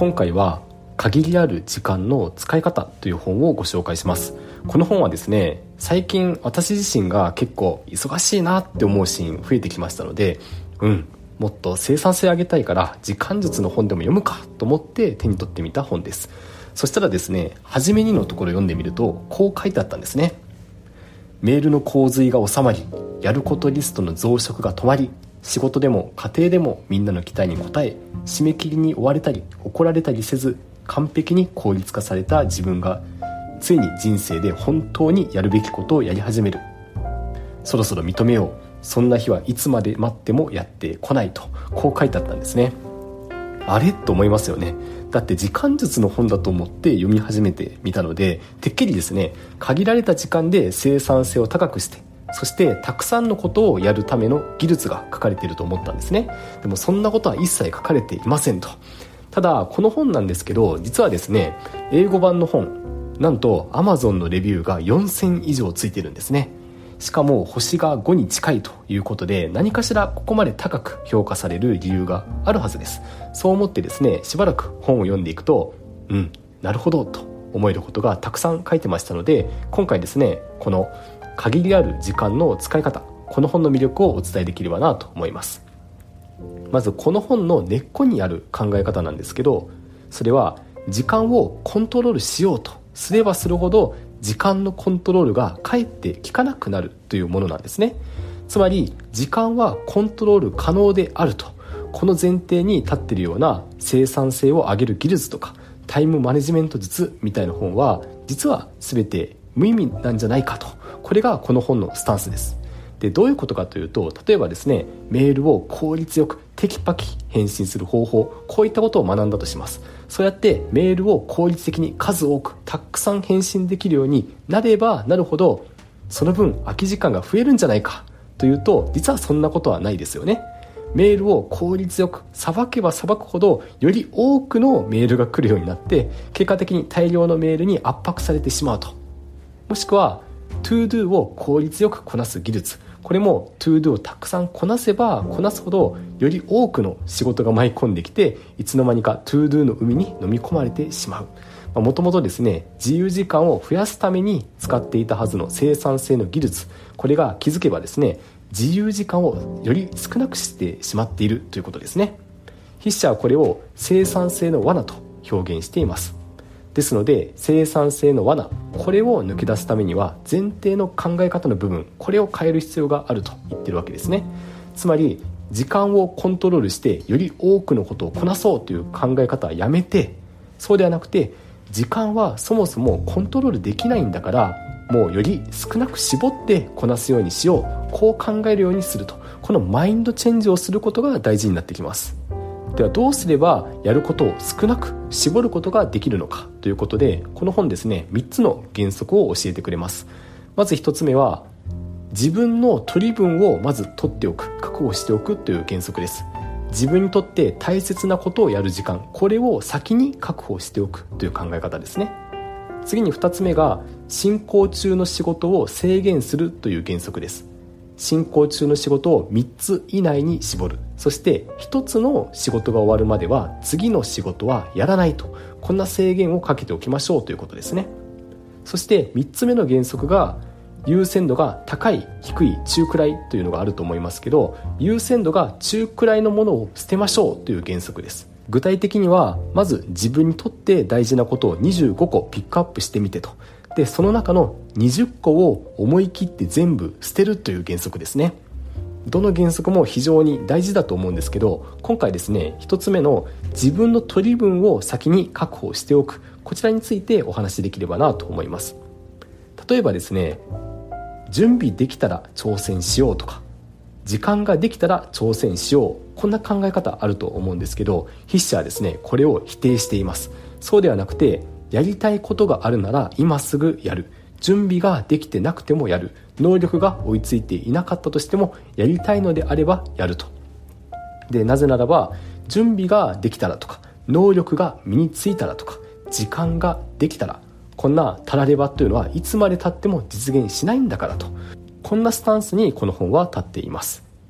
今回は限りある時間の使い方という本をご紹介します。この本はですね、最近私自身が結構忙しいなって思うシーン増えてきましたので、もっと生産性上げたいから時間術の本でも読むかと思って手に取ってみた本です。そしたらですね、初めにのところ読んでみるとこう書いてあったんですね。メールの洪水が収まり、やることリストの増殖が止まり、仕事でも家庭でもみんなの期待に応え、締め切りに追われたり怒られたりせず、完璧に効率化された自分がついに人生で本当にやるべきことをやり始める。そろそろ認めよう。そんな日はいつまで待ってもやってこないと、こう書いてあったんですね。あれと思いますよね。だって時間術の本だと思って読み始めてみたので、てっきりですね、限られた時間で生産性を高くして、そしてたくさんのことをやるための技術が書かれていると思ったんですね。でもそんなことは一切書かれていませんと。ただこの本なんですけど、実はですね、英語版の本、なんと Amazon のレビューが4000以上ついてるんですね。しかも星が5に近いということで、何かしらここまで高く評価される理由があるはずです。そう思ってですね、しばらく本を読んでいくと、なるほどと思えることがたくさん書いてましたので、今回ですね、この限りある時間の使い方、この本の魅力をお伝えできればなと思います。まずこの本の根っこにある考え方なんですけど、それは時間をコントロールしようとすればするほど時間のコントロールがかえって効かなくなるというものなんですね。つまり時間はコントロール可能であると、この前提に立っているような生産性を上げる技術とかタイムマネジメント術みたいな本は実は全て無意味なんじゃないかと、これがこの本のスタンスです。で、どういうことかというと、例えばですね、メールを効率よくテキパキ返信する方法、こういったことを学んだとします。そうやってメールを効率的に数多くたくさん返信できるようになればなるほど、その分空き時間が増えるんじゃないかというと、実はそんなことはないですよね。メールを効率よくさばけばさばくほど、より多くのメールが来るようになって、結果的に大量のメールに圧迫されてしまうと。もしくは ToDo を効率よくこなす技術、これも ToDo をたくさんこなせばこなすほど、より多くの仕事が舞い込んできて、いつの間にか ToDo の海に飲み込まれてしまう。もともとですね、自由時間を増やすために使っていたはずの生産性の技術、これが気づけばですね、自由時間をより少なくしてしまっているということですね。筆者はこれを生産性の罠と表現しています。ですので生産性の罠、これを抜け出すためには前提の考え方の部分、これを変える必要があると言ってるわけですね。つまり時間をコントロールしてより多くのことをこなそうという考え方はやめて、そうではなくて、時間はそもそもコントロールできないんだから、もうより少なく絞ってこなすようにしよう、こう考えるようにすると、このマインドチェンジをすることが大事になってきます。ではどうすればやることを少なく絞ることができるのかということで、この本ですね、3つの原則を教えてくれます。まず1つ目は、自分の取り分をまず取っておく、確保しておくという原則です。自分にとって大切なことをやる時間、これを先に確保しておくという考え方ですね。次に2つ目が、進行中の仕事を制限するという原則です。進行中の仕事を3つ以内に絞る。そして1つの仕事が終わるまでは次の仕事はやらないと、こんな制限をかけておきましょうということですね。そして3つ目の原則が、優先度が高い、低い、中くらいというのがあると思いますけど、優先度が中くらいのものを捨てましょうという原則です。具体的には、まず自分にとって大事なことを25個ピックアップしてみてと。で、その中の20個を思い切って全部捨てるという原則ですね。どの原則も非常に大事だと思うんですけど、今回ですね、1つ目の自分の取り分を先に確保しておく、こちらについてお話しできればなと思います。例えばですね、準備できたら挑戦しようとか、時間ができたら挑戦しよう、こんな考え方あると思うんですけど、筆者はですね、これを否定しています。そうではなくて、やりたいことがあるなら今すぐやる、準備ができてなくてもやる、能力が追いついていなかったとしてもやりたいのであればやると。で、なぜならば、準備ができたらとか、能力が身についたらとか、時間ができたら、こんなたらればというのはいつまで経っても実現しないんだからと、こんなスタンスにこの本は立っています。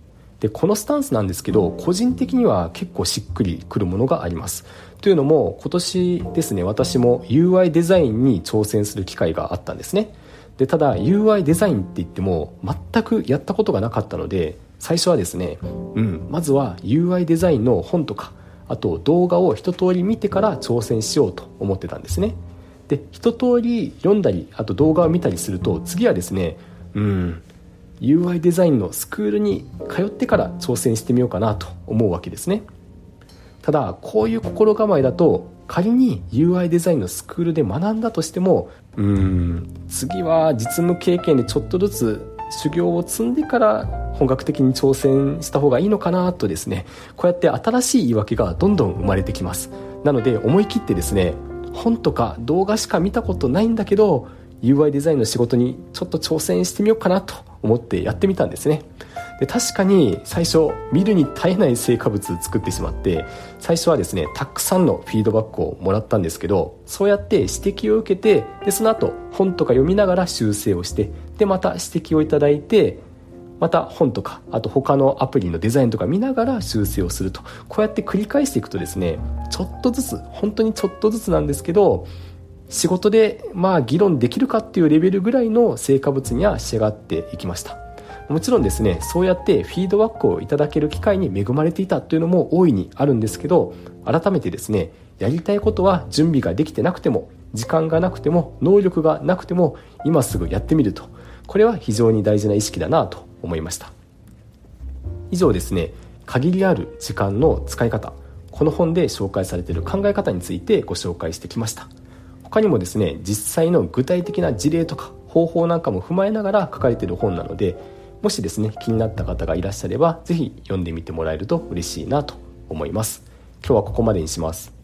でこのスタンスなんですけど、個人的には結構しっくりくるものがあります。というのも今年ですね、私も UI デザインに挑戦する機会があったんですね。でただ UI デザインって言っても全くやったことがなかったので、最初はですね、まずは UI デザインの本とか、あと動画を一通り見てから挑戦しようと思ってたんですね。で一通り読んだり、あと動画を見たりすると、次はですね、UI デザインのスクールに通ってから挑戦してみようかなと思うわけですね。ただこういう心構えだと、仮に UI デザインのスクールで学んだとしても、次は実務経験でちょっとずつ修行を積んでから本格的に挑戦した方がいいのかなとですね、こうやって新しい言い訳がどんどん生まれてきます。なので思い切ってですね、本とか動画しか見たことないんだけど UI デザインの仕事にちょっと挑戦してみようかなと思ってやってみたんですね。で確かに最初見るに耐えない成果物作ってしまって、最初はですねたくさんのフィードバックをもらったんですけど、そうやって指摘を受けて、でその後本とか読みながら修正をして、でまた指摘をいただいて、また本とか、あと他のアプリのデザインとか見ながら修正をすると、こうやって繰り返していくとですね、ちょっとずつ、本当にちょっとずつなんですけど、仕事で議論できるかっていうレベルぐらいの成果物には仕上がっていきました。もちろんですね、そうやってフィードバックをいただける機会に恵まれていたというのも大いにあるんですけど、改めてですね、やりたいことは準備ができてなくても、時間がなくても、能力がなくても、今すぐやってみると、これは非常に大事な意識だなと思いました。以上ですね、限りある時間の使い方、この本で紹介されている考え方についてご紹介してきました。他にもですね、実際の具体的な事例とか方法なんかも踏まえながら書かれている本なので、もしですね気になった方がいらっしゃればぜひ読んでみてもらえると嬉しいなと思います。今日はここまでにします。